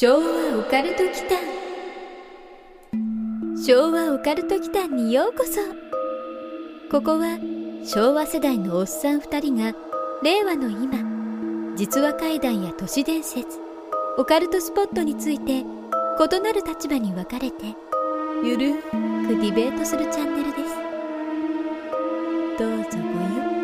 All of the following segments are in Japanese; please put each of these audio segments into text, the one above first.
昭和オカルト祈間。昭和オカルト祈間にようこそ。ここは昭和世代のおっさん2人が令和の今、実話怪談や都市伝説、オカルトスポットについて異なる立場に分かれてゆるーくディベートするチャンネルです。どうぞごゆっくり。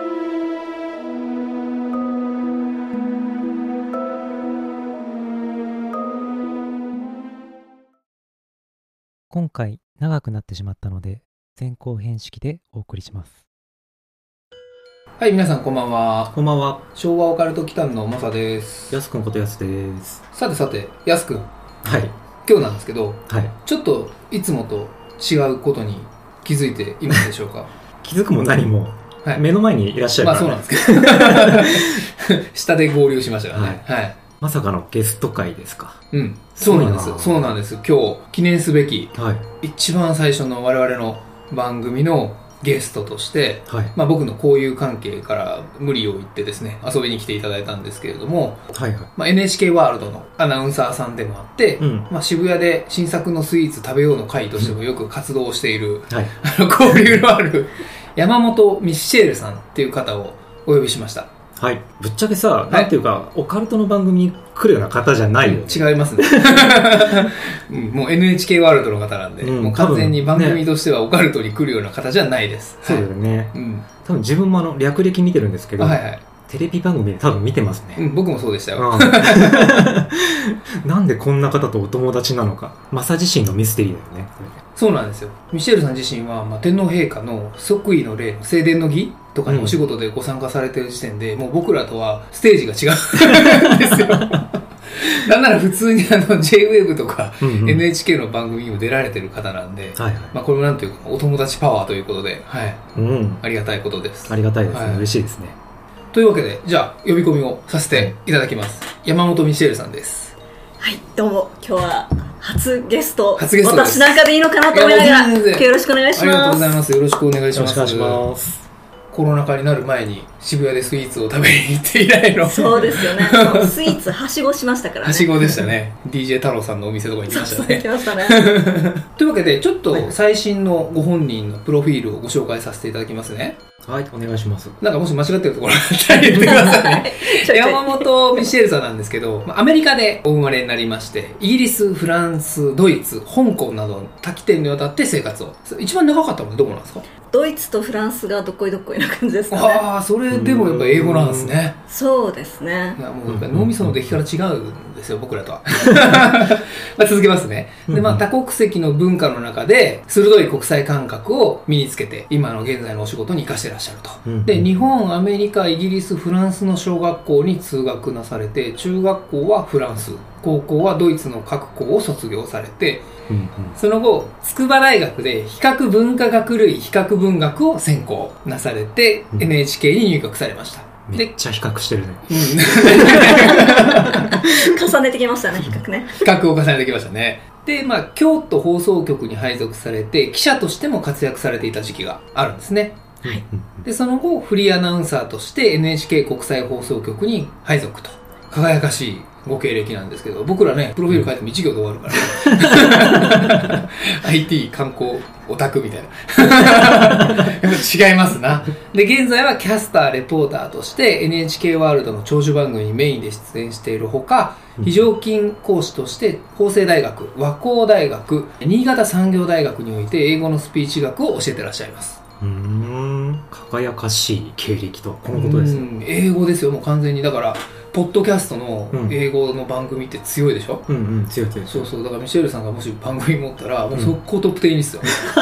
今回長くなってしまったので前後編式でお送りします。 はい、皆さんこんばんは。 こんばんは。 昭和オカルト祈間のマサです。 やすくんことやすです。 さて、やすくん。 はい。 今日なんですけど、 はい。 ちょっといつもと違うことに気づいていますでしょうか？ 気づくも何も、 はい、 目の前にいらっしゃるから、ね。 まあそうなんですけど。下で合流しましたからね。はい。 まさかのゲスト会ですか？ うん。そうなんです。今日記念すべき、 はい、 一番最初の我々の番組のゲストとして、 はい、 まあ、僕の交友関係から無理を言ってですね、遊びに来ていただいたんですけれども、 はいはい、 まあ、NHK ワールドのアナウンサーさんでもあって、まあ、渋谷で新作のスイーツ食べようの会としてもよく活動している、はい、交流のある山本ミッシェールさんっていう方をお呼びしました。 はい。ぶっちゃけさ、なんていうか、オカルトの番組に来るような方じゃないよね。 違いますね。もう NHK ワールドの方なんで、もう完全に番組としてはオカルトに来るような方じゃないです。 そうだよね。多分自分も略歴見てるんですけど、はいはい、テレビ番組で多分見てますね。 僕もそうでしたよ。 なんでこんな方とお友達なのか。マサ自身のミステリーだよね。 そうなんですよ。ミシェルさん自身は、天皇陛下の即位の礼、正殿の儀とかにお仕事でご参加されている時点で、もう僕らとはステージが違うんですよ。なんなら普通にJ-WAVE とか NHK の番組にも出られてる方なんで、これもなんというかお友達パワーということで、はい、ありがたいことです。 ありがたいですね。嬉しいですね。 というわけで、じゃあ呼び込みをさせていただきます。山本ミシェルさんです。 はい、どうも。今日は初ゲストです。 私なんかでいいのかなと思いながら、よろしくお願いします。 ありがとうございます。よろしくお願いします。 よろしくお願いします。 コロナ禍になる前に渋谷でスイーツを食べに行って以来の。 そうですよね。スイーツはしごしましたからね。 はしごでしたね。DJ 太郎さんのお店とかに行きましたね。 行きましたね。 というわけで、ちょっと最新のご本人のプロフィールをご紹介させていただきますね。 はい、お願いします。 なんかもし間違ってるところがあったら言ってくださいね。山本ミシェルさんなんですけど、アメリカでお生まれになりまして、イギリス、フランス、ドイツ、香港など多岐点にわたって生活を。一番長かったのはどこなんですか？ ドイツとフランスがどっこいどっこいな感じですかね。 ああ、それでもやっぱ英語なんですね。 そうですね。 いや、もう脳みその出来から違うんですよ、僕らとは。続けますね。で、多国籍の文化の中で鋭い国際感覚を身につけて、今の現在のお仕事に生かしてらっしゃると。で、日本、アメリカ、イギリス、フランスの小学校に通学なされて、中学校はフランス、高校はドイツの各校を卒業されて、その後筑波大学で比較文化学類比較文学を専攻なされて、NHK に入学されました。 めっちゃ比較してるね。 重ねてきましたね、比較ね。 比較を重ねてきましたね。で、京都放送局に配属されて記者としても活躍されていた時期があるんですね。はい。で、その後フリーアナウンサーとして NHK 国際放送局に配属と。輝かしいご経歴なんですけど、僕らね、プロフィール書いても1行で終わるからね。IT 観光オタクみたいな。違いますな。で、現在はキャスター、レポーターとして NHK ワールドの長寿番組にメインで出演しているほか、非常勤講師として法政大学、和光大学、新潟産業大学において英語のスピーチ学を教えてらっしゃいます。 輝かしい経歴とはこのことですね。 英語ですよ、もう完全に。だからポッドキャストの英語の番組って強いでしょ。 強い。 そうそう。だからミシェルさんがもし番組持ったらもう速攻トップ10にですよ。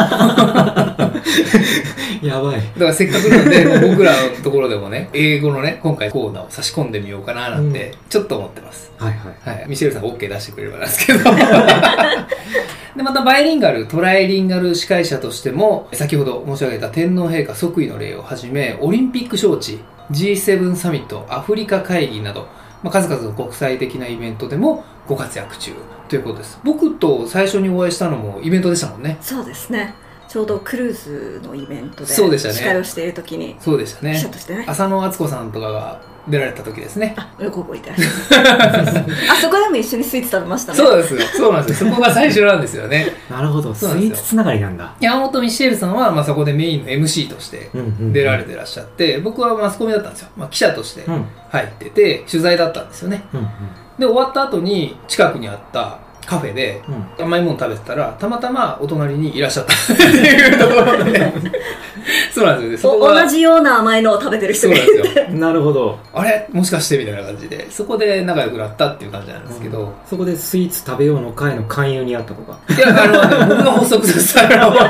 やばい。 だからせっかくなんで僕らのところでもね、英語のね、今回コーナーを差し込んでみようかななんてちょっと思ってます。はい。ミシェルさんが OK 出してくれればなんですけど。で、またバイリンガル、トライリンガル司会者としても、先ほど申し上げた天皇陛下即位の礼をはじめ、オリンピック招致、G7 サミット、アフリカ会議など、数々の国際的なイベントでもご活躍中ということです。僕と最初にお会いしたのもイベントでしたもんね。 そうですね。ちょうどクルーズのイベントでそうでしたね、 司会をしている時にそうでしたね、 記者としてね、 浅野敦子さんとかが出られた時ですね。 よく覚えてらっしゃいますあそこでも一緒にスイーツ食べましたね。 そうですよ。そうなんですよ。そこが最初なんですよね。 なるほど、スイーツつながりなんだ。 山本ミシェルさんは、そこでメインの MC として出られてらっしゃって、僕はマスコミだったんですよ。記者として入ってて、取材だったんですよね。で、終わった後に近くにあったカフェで甘いもの食べてたら、たまたまお隣にいらっしゃったっていうところでそうなんですよね。 同じような甘いのを食べてる人がいて、 なるほど。 あれもしかしてみたいな感じで、そこで仲良くなったっていう感じなんですけど、 そこでスイーツ食べようの会の勧誘にあったとか。 いや、僕の法則です。スイ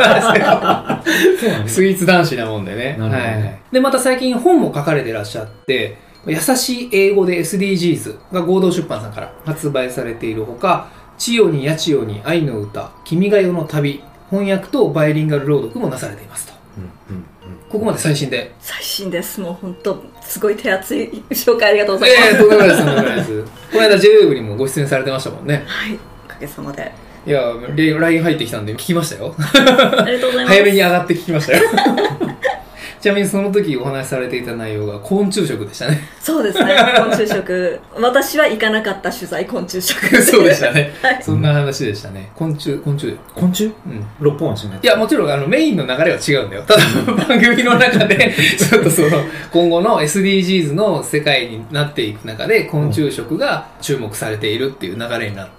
ーツ男子なもんでね。 なるほど。 で、また最近本も書かれてらっしゃって、優しい英語で SDGs が合同出版さんから発売されているほか、千代に八千代に愛の歌、君が代の旅、翻訳とバイリンガル朗読もなされていますと。ここまで最新で。 最新です。もう本当すごい手厚い紹介ありがとうございます。 とんでもないです、とんでもないです。この間 JWEB にもご出演されてましたもんね。 はい、おかげさまで。 いや、LINE 入ってきたんで聞きましたよ。 ありがとうございます。 早めに上がって聞きましたよ。ちなみにその時お話しされていた内容が昆虫食でしたね。 そうですね、昆虫食。私は行かなかった取材、昆虫食。 そうでしたね。 はい、 そんな話でしたね。昆虫うん。六本足のやつ。 いや、もちろんメインの流れは違うんだよ。ただ番組の中で、ちょっと今後の SDGs の世界になっていく中で、昆虫食が注目されているっていう流れになって、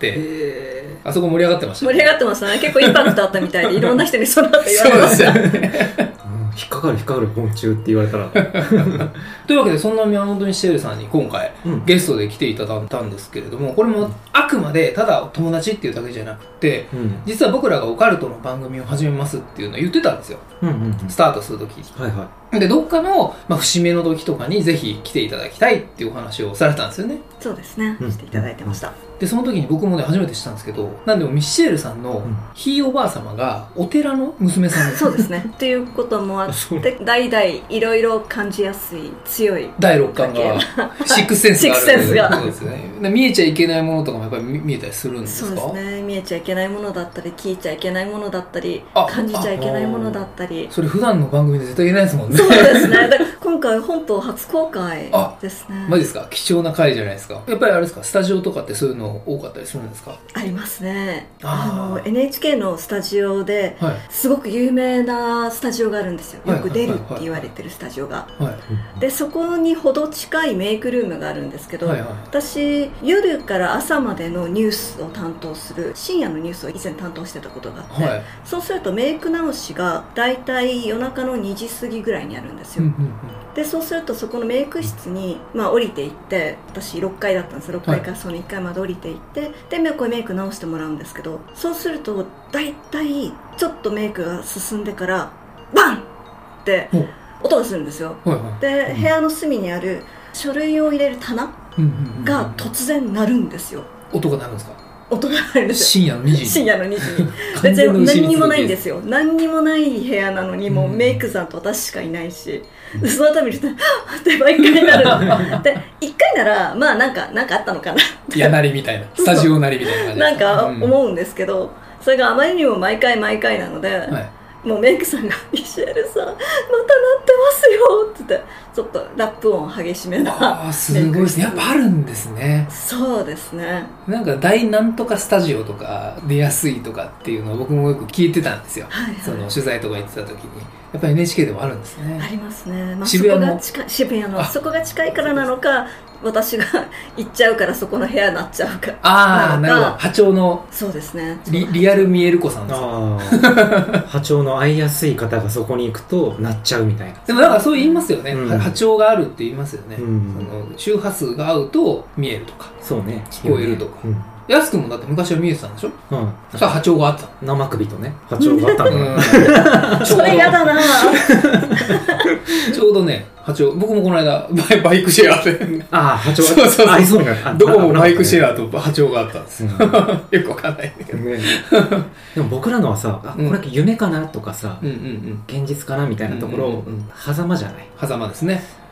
あそこ盛り上がってましたね。 盛り上がってましたね。結構インパクトあったみたいで、いろんな人にその後言われました。 そうですよね。 引っかかる昆虫って言われたらというわけで、そんな宮本ミシェルさんに今回、ゲストで来ていただいたんですけれども、これもあくまでただ友達っていうだけじゃなくて、実は僕らがオカルトの番組を始めますっていうのを言ってたんですよ、スタートするとき、でどっかの、節目の時とかにぜひ来ていただきたいっていうお話をされたんですよね。 そうですね、していただいてました。 でその時に僕もね初めて知ったんですけど、なんでもミッシェルさんのひいおばあ様がお寺の娘さんです。 そうですね。っていうこともあって代々いろいろ感じやすい強い第六感がシックスセンスがある。 シックスセンスがそうですね。見えちゃいけないものとかもやっぱり見えたりするんですか？ そうですね。見えちゃいけないものだったり聞いちゃいけないものだったり感じちゃいけないものだったり。 それ普段の番組で絶対言えないですもんね。 そうですね。で今回本邦初公開ですね。 マジですか？貴重な回じゃないですか。やっぱりあれですか、スタジオとかってそういうの多かったりするんですか？ ありますね。NHK のスタジオですごく有名なスタジオがあるんですよ。よく出るって言われてるスタジオが。でそこにほど近いメイクルームがあるんですけど、私夜から朝までのニュースを担当する深夜のニュースを以前担当してたことがあって、そうするとメイク直しがだいたい夜中の2時過ぎぐらいにあるんですよ。でそうするとそこのメイク室に、降りていって、私6階だったんです。6階からその1階まで降りていって、でメイク直してもらうんですけど、そうすると大体ちょっとメイクが進んでからバンって音がするんですよ。で部屋の隅にある書類を入れる棚が突然鳴るんですよ。 音が鳴るんですか？ 音が鳴るんですよ。 深夜の2時に。 深夜の2時に。別に何にもないんですよ。何にもない部屋なのに、もうメイクさんと私しかいないし、そのためにって毎回なる。で1回ならなんかあったのかなって、 やなりみたいな、スタジオなりみたいな感じなんか思うんですけど、それがあまりにも毎回なので、もうメイクさんが「ミシェルさんまた鳴ってますよ」って言って、ちょっとラップ音激しめな。 すごいですね。やっぱあるんですね。 そうですね。 なんか大なんとかスタジオとか出やすいとかっていうのを僕もよく聞いてたんですよ、その取材とか行ってた時に。やっぱり NHK でもあるんですね。 ありますね。 渋谷の渋谷のそこが近いからなのか、私が行っちゃうからそこの部屋になっちゃうか。 なるほど。波長の。 そうですね。 リアル見える子さんです。 波長の合いやすい方がそこに行くとなっちゃうみたいな。 でもなんかそう言いますよね。波長があるって言いますよね。その周波数が合うと見えるとか。 そうね。 聞こえるとか。やすくんもだって昔は見えてたんでしょ？そしたら波長があった。 生首とね、波長があったの。 それやだな。 ちょうどね、波長、僕もこの間バイクシェアで。 波長が。 そうどこもバイクシェアと波長があったんですよ。よくわかんないけど。 でも僕らのはさ、これ夢かなとかさ、現実かなみたいなところ、狭間じゃない。 狭間ですね。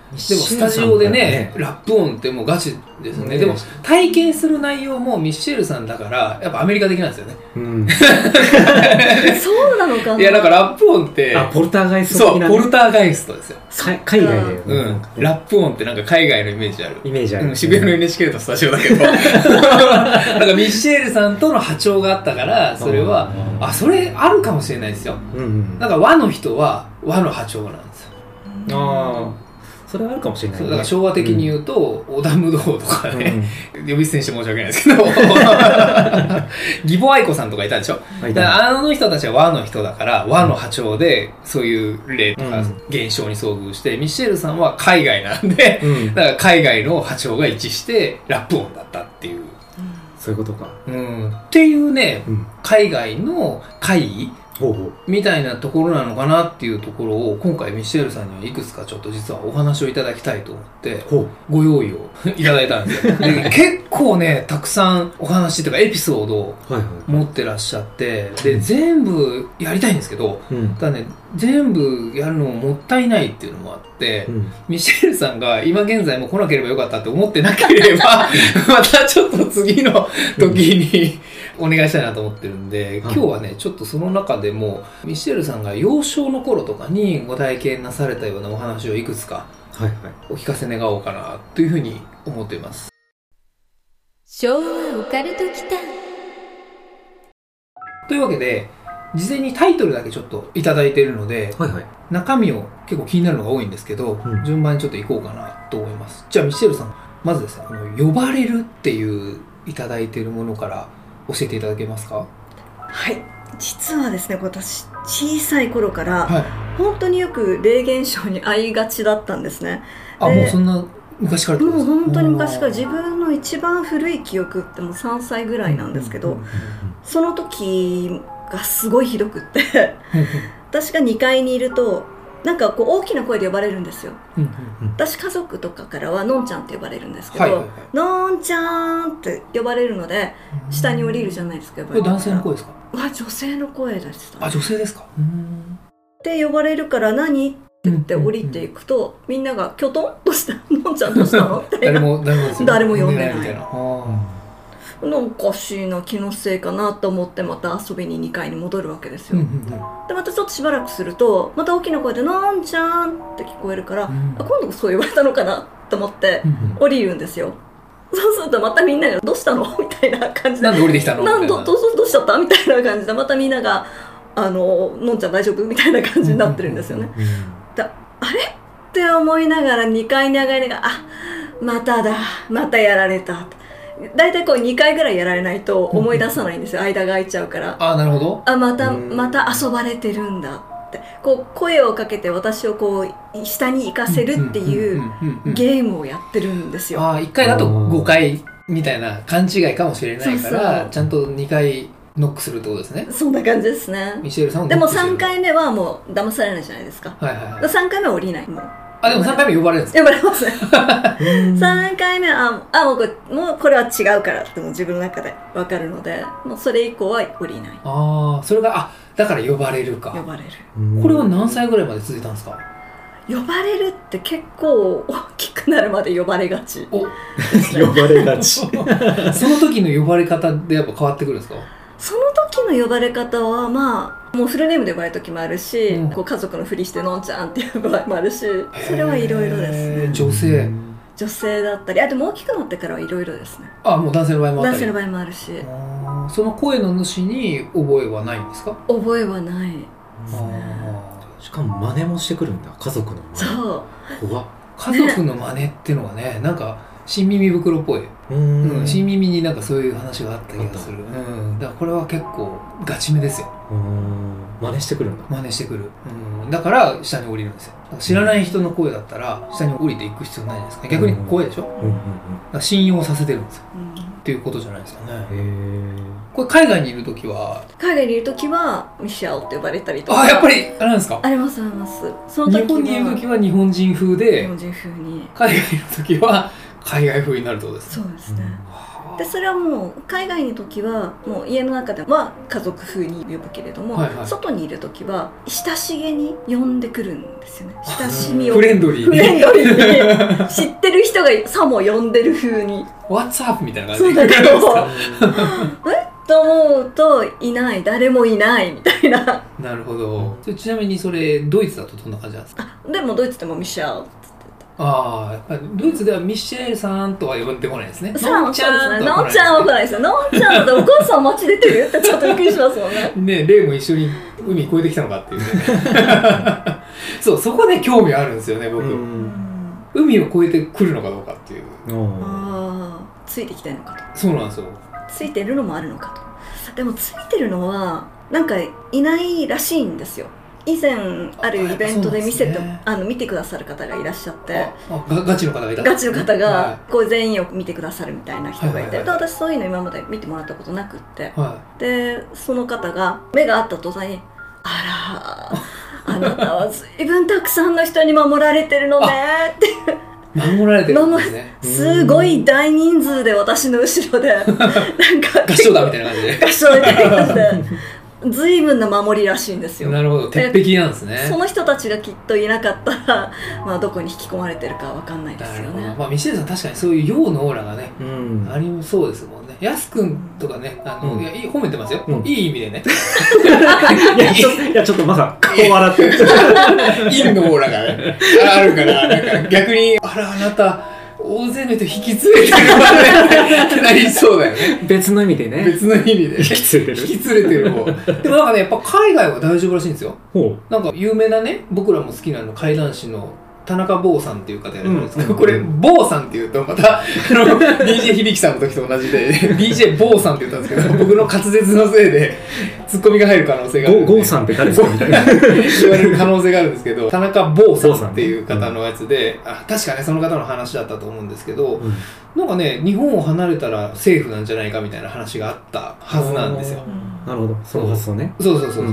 でもスタジオでねラップ音ってもうガチですよね。でも体験する内容もミッシェルさんだからやっぱアメリカ的なんですよね。 そうなのかな。 いやだからラップ音ってポルターガイスト的な、 そうポルターガイストですよ。 海外で、 ラップ音ってなんか海外のイメージある。渋谷の NHK とスタジオだけどなんかミッシェルさんとの波長があったからそれはそれあるかもしれないですよ。なんか和の人は和の波長なんですよ。 それはあるかもしれない、ね、 だから昭和的に言うと、織田無道とかね、呼び捨てにして申し訳ないですけど義母愛子さんとかいたでしょ。だからあの人たちは和の人だから和の波長でそういう例とか現象に遭遇して、ミッシェルさんは海外なんで、だから海外の波長が一致してラップ音だったっていう、 そういうことか、 っていうね、海外の会議みたいなところなのかなっていうところを今回ミッシェルさんにはいくつかちょっと実はお話をいただきたいと思ってご用意をいただいたんですよ。で結構ねたくさんお話というかエピソードを持ってらっしゃって、で全部やりたいんですけど、ただね全部やるのもったいないっていうのもあって、ミッシェルさんが今現在も来なければよかったって思ってなければまたちょっと次の時にお願いしたいなと思ってるんで、今日はねちょっとその中でもミッシェルさんが幼少の頃とかにご体験なされたようなお話をいくつかお聞かせ願おうかなというふうに思っています。 昭和オカルト祈祷というわけで事前にタイトルだけちょっといただいているので、中身を結構気になるのが多いんですけど、順番にちょっといこうかなと思います。じゃあミッシェルさん、まずですね、呼ばれるっていういただいているものから教えていただけますか？ はい、実はですね、私小さい頃から、本当によく霊現象に遭いがちだったんですね。 もうそんな昔から？ もう本当に昔から、自分の一番古い記憶ってもう3歳ぐらいなんですけど、その時がすごいひどくって私が2階にいるとなんかこう大きな声で呼ばれるんですよ。私家族とかからはのんちゃんって呼ばれるんですけど、のんちゃんって呼ばれるので下に降りるじゃないですか。 これ男性の声ですか？ 女性の声でした。 女性ですか？ って呼ばれるから何って言って降りていくと、みんながキョトンとしたのんちゃんどうしたのみたいな誰も呼んでないみたいな。おかしいな、気のせいかなと思ってまた遊びに2階に戻るわけですよ。でまたちょっとしばらくするとまた大きな声で「のんちゃん」って聞こえるから、今度そう言われたのかなと思って降りるんですよ。そうするとまたみんなが「どうしたの?」みたいな感じで「 なんで降りてきたの?」 どうしちゃった?」みたいな感じでまたみんなが「のんちゃん大丈夫?」みたいな感じになってるんですよね。であれって思いながら2階に上がりながら「まただ、またやられた」だいたいこう2回ぐらいやられないと思い出さないんですよ。間が空いちゃうから。 なるほど。 また遊ばれてるんだってこう声をかけて私をこう下に行かせるっていうゲームをやってるんですよ。 1回だと5回みたいな勘違いかもしれないからちゃんと2回ノックするってことですね。 そんな感じですね。 ミシェルさんでも3回目はもう騙されないじゃないですか。3回目は降りない。もうでも3回目呼ばれるんですか？ 呼ばれますね3回目はもうこれは違うからってもう自分の中で分かるので、もうそれ以降は降りない。 それがだから呼ばれるか。 呼ばれる。 これは何歳ぐらいまで続いたんですか？ 呼ばれるって結構大きくなるまで呼ばれがち。 呼ばれがちその時の呼ばれ方でやっぱ変わってくるんですか？ その時の呼ばれ方はもうフルネームで呼ばれる時もあるし、こう家族のふりしてのんちゃんっていう場合もあるし、それはいろいろですね。女性だったり、でも大きくなってからはいろいろですね。 もう男性の場合もあったり。 男性の場合もあるし。 その声の主に覚えはないんですか？ 覚えはないですね。 しかも真似もしてくるんだ、家族の真似。 そう。 怖っ。 家族の真似っていうのがね、なんか新耳袋っぽい。新耳になんかそういう話があった気がする。だからこれは結構ガチめですよ。 真似してくるんだ。 真似してくる。だから下に降りるんですよ。知らない人の声だったら下に降りていく必要ないじゃないですか。逆に怖いでしょ。だから信用させてるんですよ。っていうことじゃないですかね。これ海外にいるときはミシェルって呼ばれたりとか。 やっぱりあれなんですか？ あります。その時は日本にいるときは日本人風で、 日本人風に。 海外にいるときは海外風になるってことですね。 そうですね。 でそれはもう海外の時はもう家の中では家族風に呼ぶけれども、外にいる時は親しげに呼んでくるんですよね。親しみをフレンドリーに知ってる人がさも呼んでる風に What's up? みたいな感じで。そうだけどと思うといない、誰もいないみたいな。 なるほど。ちなみにそれドイツだとどんな感じなんですか？ でもドイツでもミシェル。 ああ、やっぱりドイツではミシェルさんとは呼んでこないですね。 のんちゃんは来ないですよ。のんちゃんだとお母さん街出てるってちょっとびっくりしますもんね。 ね、レイも一緒に海越えてきたのかっていうね。そう、そこで興味あるんですよね、僕。海を越えてくるのかどうかっていう。 ついてきてるのかと。 そうなんですよ。 ついてるのもあるのかと。でもついてるのはなんかいないらしいんですよ。以前あるイベントで見てくださる方がいらっしゃって、 ガチの方がいた。 ガチの方がこう全員を見てくださるみたいな人がいて、私そういうの今まで見てもらったことなくって、でその方が目が合った途端に「あらあなたは随分たくさんの人に守られてるのね」って守られてるんですね。 すごい大人数で私の後ろでなんか合唱団みたいな感じで合唱みたいな感じで随分な守りらしいんですよ。 なるほど、鉄壁なんですね。 その人たちがきっといなかったら、まあ、どこに引き込まれてるかわかんないですよね。 まあ、ミシェルさん確かにそういう陽のオーラがね、ありそうですもんね。ヤス君とかね、いや褒めてますよ、いい意味でね。 いやちょっとまだ顔笑って陰のオーラがねあるから、なんか逆にあなた大勢の人引き連れてるってなりそうだよね。 別の意味でね。 別の意味で引き連れてる方。でもなんかね、やっぱ海外は大丈夫らしいんですよ。なんか有名なね、僕らも好きな怪談師の田中坊さんっていう方やるんですけど、これ坊さんって言うとまたDJ 響さんの時と同じでDJ 坊さんって言ったんですけど、僕の滑舌のせいでツッコミが入る可能性があるんで、 郷さんって誰ですかみたいな言われる可能性があるんですけど、田中坊さんっていう方のやつで、確かねその方の話だったと思うんですけど、なんかね、日本を離れたらセーフなんじゃないかみたいな話があったはずなんですよ。 なるほど、その発想ね。 そう、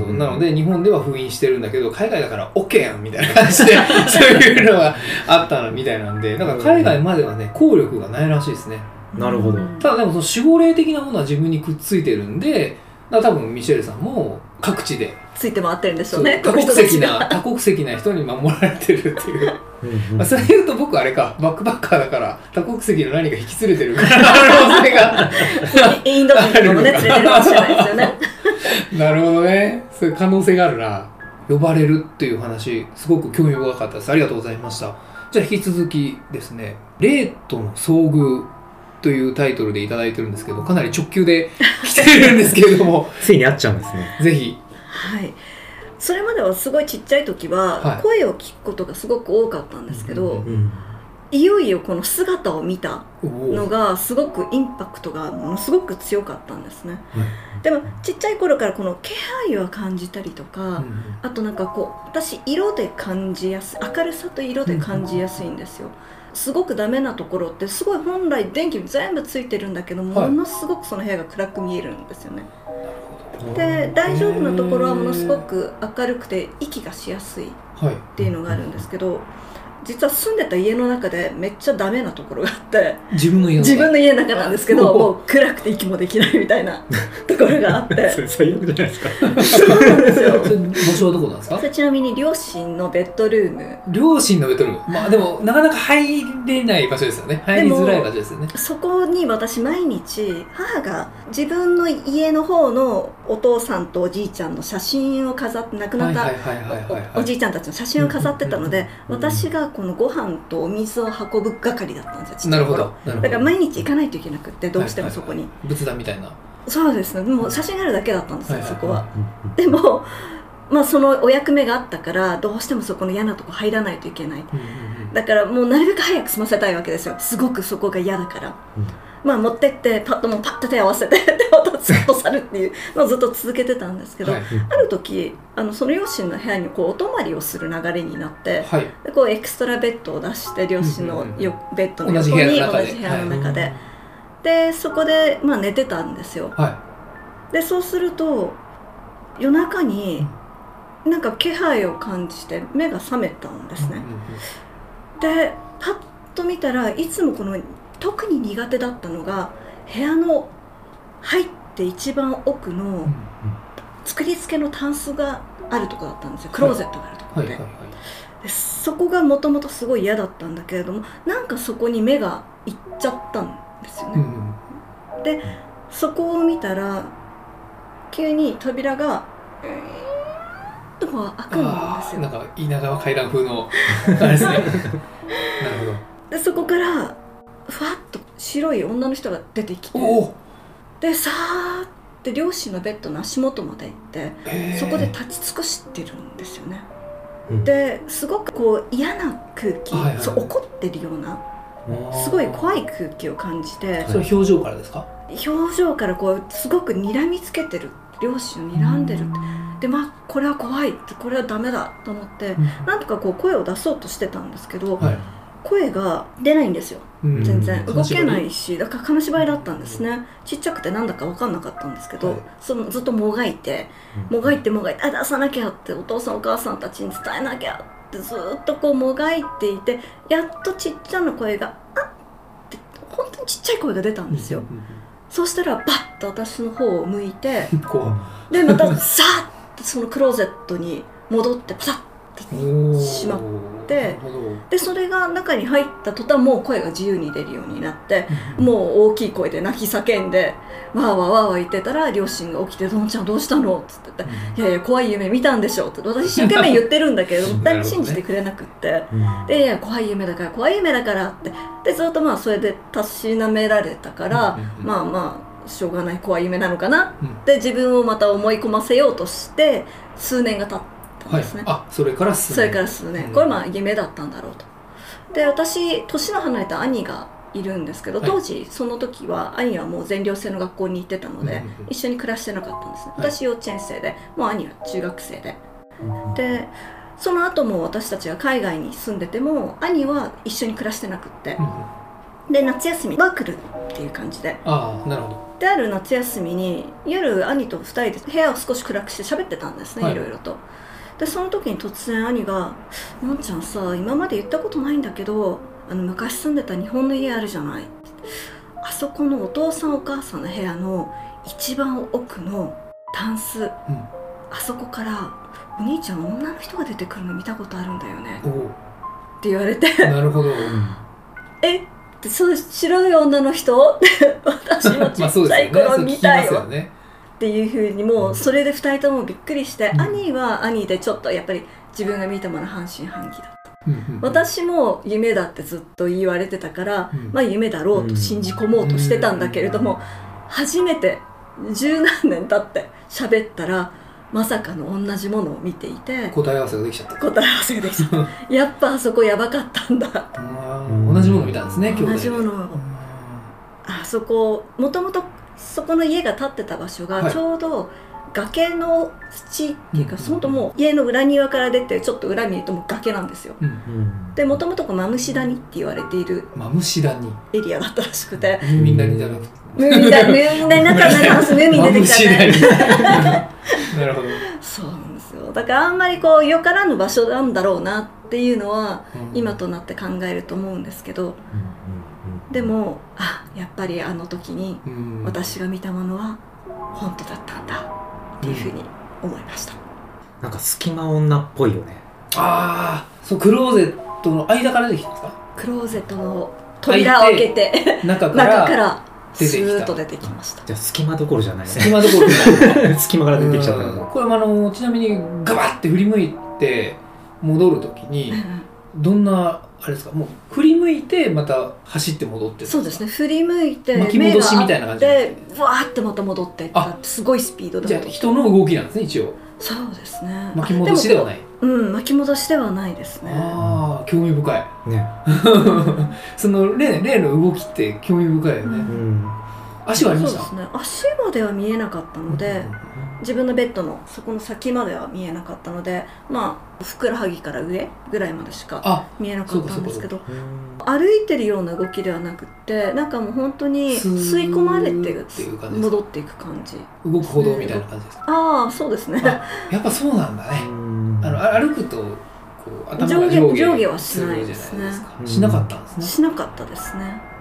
なので日本では封印してるんだけど、海外だから OK やんみたいな感じでそういうのがあったのみたいなんで、なんか海外まではね効力がないらしいですね。 なるほど。 ただでもその守護霊的なものは自分にくっついてるんで、多分ミシェルさんも各地でついて回ってるんでしょうね。 多国籍な人に守られてるっていうまあそれ言うと僕あれか、バックパッカーだから多国籍の何か引き連れてる可能性がインド人とかもね連れてるかもしれないですよね。 なるほどね、そういう可能性があるな。呼ばれるっていう話すごく興味深かったです。ありがとうございました。じゃあ引き続きですね、霊との遭遇というタイトルでいただいてるんですけど、かなり直球で来てるんですけれどもついに会っちゃうんですね。 ぜひ。 はい、それまではすごいちっちゃい時は声を聞くことがすごく多かったんですけど、いよいよこの姿を見たのがすごくインパクトがものすごく強かったんですね。でもちっちゃい頃からこの気配を感じたりとか、あとなんかこう私色で感じやすい、明るさと色で感じやすいんですよ。すごくダメなところってすごい本来電気全部ついてるんだけど、ものすごくその部屋が暗く見えるんですよね。で大丈夫なところはものすごく明るくて息がしやすいっていうのがあるんですけど、実は住んでた家の中でめっちゃダメなところがあって、 自分の家の中なんですけど、もう暗くて息もできないみたいなところがあってそれ最悪じゃないですか。 そうなんですよ。 場所はどこなんですか？ ちなみに両親のベッドルーム。 両親のベッドルーム、まあでもなかなか入れない場所ですよね。入りづらい場所ですよね。 そこに私毎日母が自分の家の方のお父さんとおじいちゃんの写真を飾って、亡くなったおじいちゃんたちの写真を飾ってたので、私がこのご飯とお水を運ぶ係だったんですよ、ちっちゃい頃。だから毎日行かないといけなくって、どうしてもそこに、 仏壇みたいな。 そうですね、もう写真があるだけだったんですよ、そこは。でもまあそのお役目があったから、どうしてもそこの嫌なとこ入らないといけない、だからもうなるべく早く済ませたいわけですよ。すごくそこが嫌だから、まあ持ってってパッと手を合わせて手をずっと去るっていうのをずっと続けてたんですけど、ある時その両親の部屋にこうお泊まりをする流れになって、でこうエクストラベッドを出して両親のベッドの横に同じ部屋の中で、でそこでまあ寝てたんですよ。でそうすると夜中になんか気配を感じて目が覚めたんですね。でパッと見たら、いつもこの特に苦手だったのが部屋の入って一番奥の作り付けのタンスがあるとこだったんですよ。クローゼットがあるところで、でそこがもともとすごい嫌だったんだけれども、なんかそこに目がいっちゃったんですよね、でそこを見たら急に扉がとこ開くんですよ。 なんか稲川階段風のあれですねなるほど。 でそこからふわっと白い女の人が出てきて、でさーって両親のベッドの足元まで行って、そこで立ち尽くしてるんですよね、ですごくこう嫌な空気、そう怒ってるようなすごい怖い空気を感じて。 それ表情からですか？ 表情からこうすごく睨みつけてる、両親を睨んでる。でこれは怖いって、これはダメだと思って、なんとかこう声を出そうとしてたんですけど、声が出ないんですよ。全然動けないし、だから金縛りだったんですね。ちっちゃくてなんだか分かんなかったんですけど、ずっともがいて出さなきゃって、お父さんお母さんたちに伝えなきゃってずっとこうもがいていて、やっとちっちゃな声があって本当にちっちゃい声が出たんですよ。そうしたらバッと私の方を向いてでまたさーってそのクローゼットに戻ってパタッてしまって、でそれが中に入った途端もう声が自由に出るようになって、もう大きい声で泣き叫んでわーわーわーわー言ってたら、両親が起きて「どんちゃんどうしたの?」っつって「いやいや怖い夢見たんでしょ」って私一生懸命言ってるんだけれども誰も信じてくれなくってで「いや怖い夢だから怖い夢だから」ってでずっとそれでたしなめられたから、まあしょうがない怖い夢なのかなって自分をまた思い込ませようとして数年が経ったんですね、 それから数年、 これ夢だったんだろうと。で私年の離れた兄がいるんですけど、当時その時は兄はもう全寮制の学校に行ってたので、一緒に暮らしてなかったんですね。私幼稚園生で、もう兄は中学生で、でその後も私たちが海外に住んでても兄は一緒に暮らしてなくって、で夏休みが来るっていう感じで、 なるほど。 である夏休みに夜兄と2人で部屋を少し暗くして喋ってたんですね、いろいろと。でその時に突然兄が「のんちゃんさ、今まで言ったことないんだけど昔住んでた日本の家あるじゃない」あそこのお父さんお母さんの部屋の一番奥のタンス、あそこからお兄ちゃん女の人が出てくるの見たことあるんだよねって言われてなるほどえってそう白い女の人って私もちっちゃい頃見たよっていうふうにもうそれで2人ともびっくりして、兄は兄でちょっとやっぱり自分が見たもの半信半疑だった、私も夢だってずっと言われてたから、夢だろうと信じ込もうとしてたんだけれども、初めて十何年経って喋ったらまさかの同じものを見ていて、 答え合わせができちゃった。 答え合わせができちゃったやっぱあそこやばかったんだ同じものを見たんですね、 同じものを。あそこもともとそこの家が建ってた場所がちょうど崖の土っていうか、そのもう家の裏庭から出てちょっと裏見るともう崖なんですよ。でもともとマムシ谷って言われているマムシ谷エリアだったらしくて、 ムーミン谷じゃなくてムーミン谷ムーミン谷なかったムーミン出てきたねなるほど。 そうなんですよ。だからあんまりこうよからぬ場所なんだろうなっていうのは今となって考えると思うんですけど、でもやっぱりあの時に私が見たものは本当だったんだっていうふうに思いました。 なんか隙間女っぽいよね。 そうクローゼットの間から出てきたんですか？ クローゼットの扉を開けて中からスーッと出てきました。 じゃあ隙間どころじゃないね。 隙間どころじゃない隙間から出てきちゃった。 これちなみにガバッて振り向いて戻るときにどんなあれですか？もう振り向いてまた走って戻ってる。 そうですね、振り向いて巻き戻しみたいな感じでわーってまた戻っていったってすごいスピードで。 じゃあ人の動きなんですね一応。 そうですね。 巻き戻しではない。 巻き戻しではないですね。 興味深いねその例の動きって興味深いよね。足はありました？ そうですね、足までは見えなかったので、自分のベッドのそこの先までは見えなかったので、ふくらはぎから上ぐらいまでしか見えなかったんですけど、歩いてるような動きではなくってなんかもう本当に吸い込まれて戻っていく感じ。 動く歩道みたいな感じですか？ そうですね。 やっぱそうなんだね。歩くとこう頭が上下はしないですね。 しなかったんですね。 しなかったですね。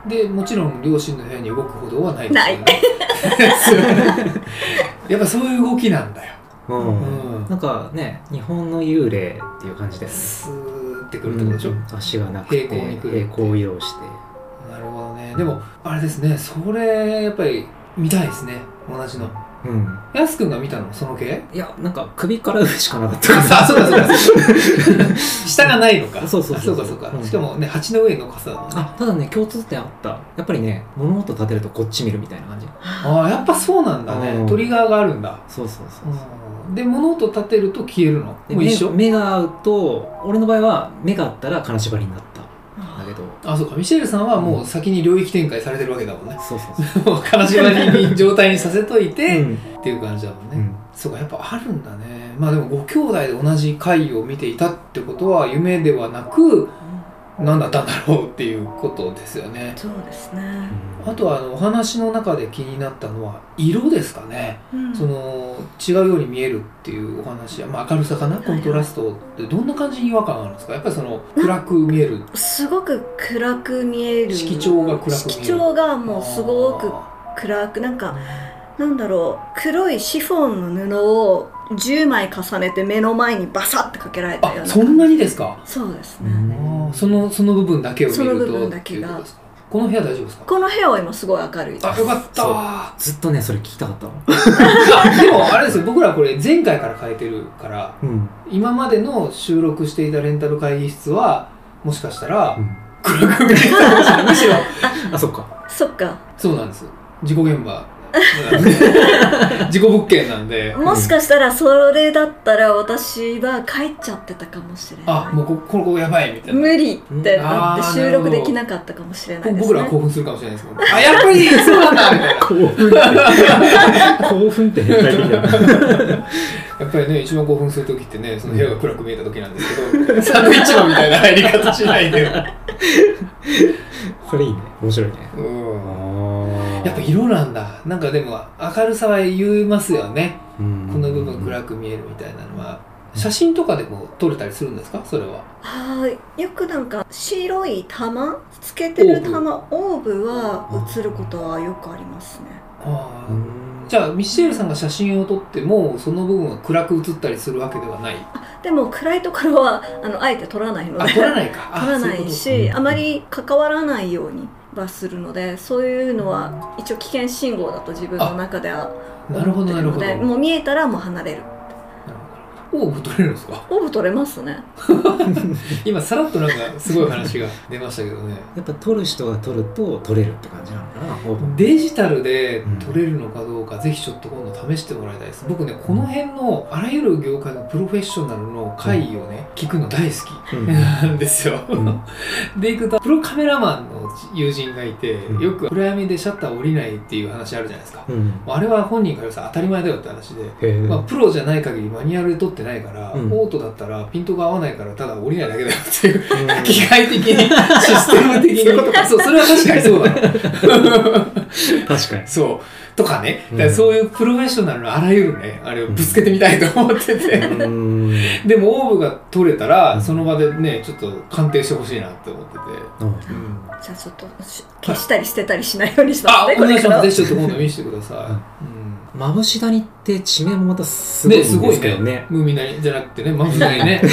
でもちろん両親の部屋に動くほどはないですよね。 やっぱそういう動きなんだよ。 なんかね、日本の幽霊っていう感じですスーってくるってことでしょ、 足がなくて平行に来る、 平行移動して。 なるほどね。でもあれですね、それやっぱり見たいですね、同じの。やすくんが見たのその系？ いや、なんか首から上しかなかったあ、そうか下がないのか。 そうか、 しかもね、鉢の上の傘だもんね。 ただね、共通点あった。やっぱりね、物音立てるとこっち見るみたいな感じ。 やっぱそうなんだね。トリガーがあるんだ。 そうで、物音立てると消えるの？もう一緒？ 目が合うと、俺の場合は目があったら金縛りになった。だけど、 そうか、ミシェルさんはもう先に領域展開されてるわけだもんね。 そう金縛り状態にさせといて、っていう感じだもんね。そうか、やっぱあるんだね。まあでもご兄弟で同じ回を見ていたってことは夢ではなく、何だったんだろうっていうことですよね。 そうですね。 あとはお話の中で気になったのは色ですかね。その違うように見えるっていうお話は、明るさかな、コントラストってどんな感じに違和感があるんですか？やっぱりその暗く見える。 すごく暗く見える。 色調が暗く見える。 色調がもうすごく暗く、なんかなんだろう、黒いシフォンの布を10枚重ねて目の前にバサッてかけられたような。 そんなにですか？ そうですね。 その部分だけを見ると。 その部分だけが。 この部屋大丈夫ですか？ この部屋は今すごい明るいです。 よかったずっとね、それ聞きたかったの。 でもあれですよ、僕らこれ前回から変えてるから、今までの収録していたレンタル会議室はもしかしたら暗く見えたかもしれない。むしろそっかそうなんです。事故現場事故物件なんで、 もしかしたらそれだったら私は帰っちゃってたかもしれない。 もうここやばいみたいな、 無理ってなって収録できなかったかもしれないですね。 僕らは興奮するかもしれないですけど、やっぱりそうなんだみたいな興奮って変態的だやっぱりね、一番興奮する時ってね、その部屋が暗く見えた時なんですけど、サンドイッチマンみたいな入り方しないでそれいいね、面白いね。 やっぱ色なんだ。なんかでも明るさは言いますよね。この部分暗く見えるみたいなのは。写真とかでも撮れたりするんですか？それは。 よくなんか白い玉つけてる玉、オーブは映ることはよくありますね。 じゃあミシェルさんが写真を撮ってもその部分は暗く写ったりするわけではない？ でも暗いところはあえて撮らないので。 撮らないか。 撮らないし、あまり関わらないようにはするので、そういうのは一応危険信号だと自分の中では思ってるので、もう見えたらもう離れる。 オーブ取れるんですか？ オーブ取れますね今さらっとなんかすごい話が出ましたけどね。 やっぱ撮る人が撮ると撮れるって感じなのかな。 デジタルで撮れるのかどうか、ぜひちょっと今度試してもらいたいです。僕ね、この辺のあらゆる業界のプロフェッショナルの会をね、聞くの大好きなんですよ、でいくとプロカメラマンの友人がいて、よく暗闇でシャッター降りないっていう話あるじゃないですか、あれは本人からさ当たり前だよって話で、プロじゃない限りマニュアルで撮ってないから、オートだったらピントが合わないからただ降りないだけだよっていう、機械的にシステム的にそう、それは確かにそうだ確かにそうとかね、だからそういうプロフェッショナルのあらゆるね、あれをぶつけてみたいと思ってて、でもオーブが取れたらその場でね、ちょっと鑑定してほしいなって思ってて、 じゃあちょっと消したり捨てたりしないようにしますね。 お願いします。ぜひちょっと今度見せてください。 まぶし谷って地名もまたすごいんですけどね。 ムーミン谷じゃなくてね、まぶし谷ね。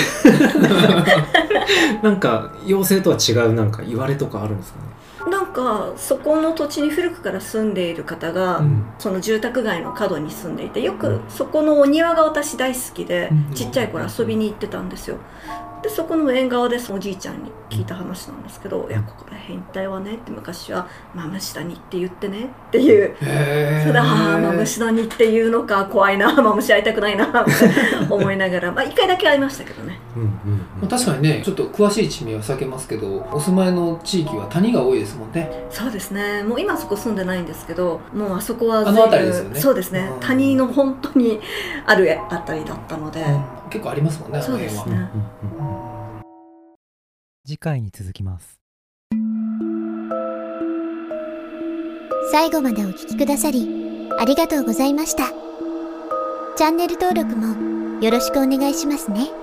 なんか妖精とは違うなんか言われとかあるんですかね。 なんかそこの土地に古くから住んでいる方が、その住宅街の角に住んでいて、よくそこのお庭が私大好きで、ちっちゃい頃遊びに行ってたんですよ。でそこの縁側でおじいちゃんに聞いた話なんですけど、いやここら辺一帯はねって昔はまむし谷って言ってねっていう、それでまむし谷っていうのか、怖いな、まむし会いたくないなって思いながら、1回だけ会いましたけどね。 確かにね、ちょっと詳しい地名は避けますけど、お住まいの地域は谷が多いですもんね。 そうですね。もう今そこ住んでないんですけど、もうあそこはあの辺りですよね。 そうですね、谷の本当にあるあたりだったので、 結構ありますもんね、あの辺は。そうですね。 次回に続きます。 最後までお聞きくださりありがとうございました。チャンネル登録もよろしくお願いしますね。